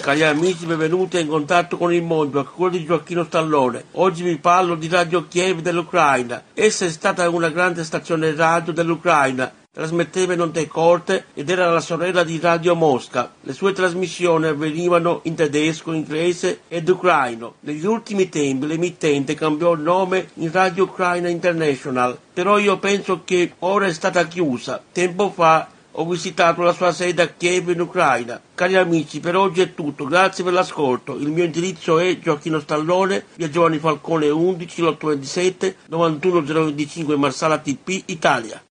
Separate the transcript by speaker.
Speaker 1: Cari amici, benvenuti in contatto con il mondo, a quello di Gioacchino Stallone. Oggi vi parlo di Radio Kiev dell'Ucraina. Essa è stata una grande stazione radio dell'Ucraina. Trasmetteva in onde corte ed era la sorella di Radio Mosca. Le sue trasmissioni avvenivano in tedesco, inglese ed ucraino. Negli ultimi tempi l'emittente cambiò nome in Radio Ucraina International, però io penso che ora è stata chiusa. Tempo fa ho visitato la sua sede a Kiev in Ucraina. Cari amici, per oggi è tutto, grazie per l'ascolto. Il mio indirizzo è Gioacchino Stallone, via Giovanni Falcone 11, lotto 27, 91025 Marsala TP, Italia.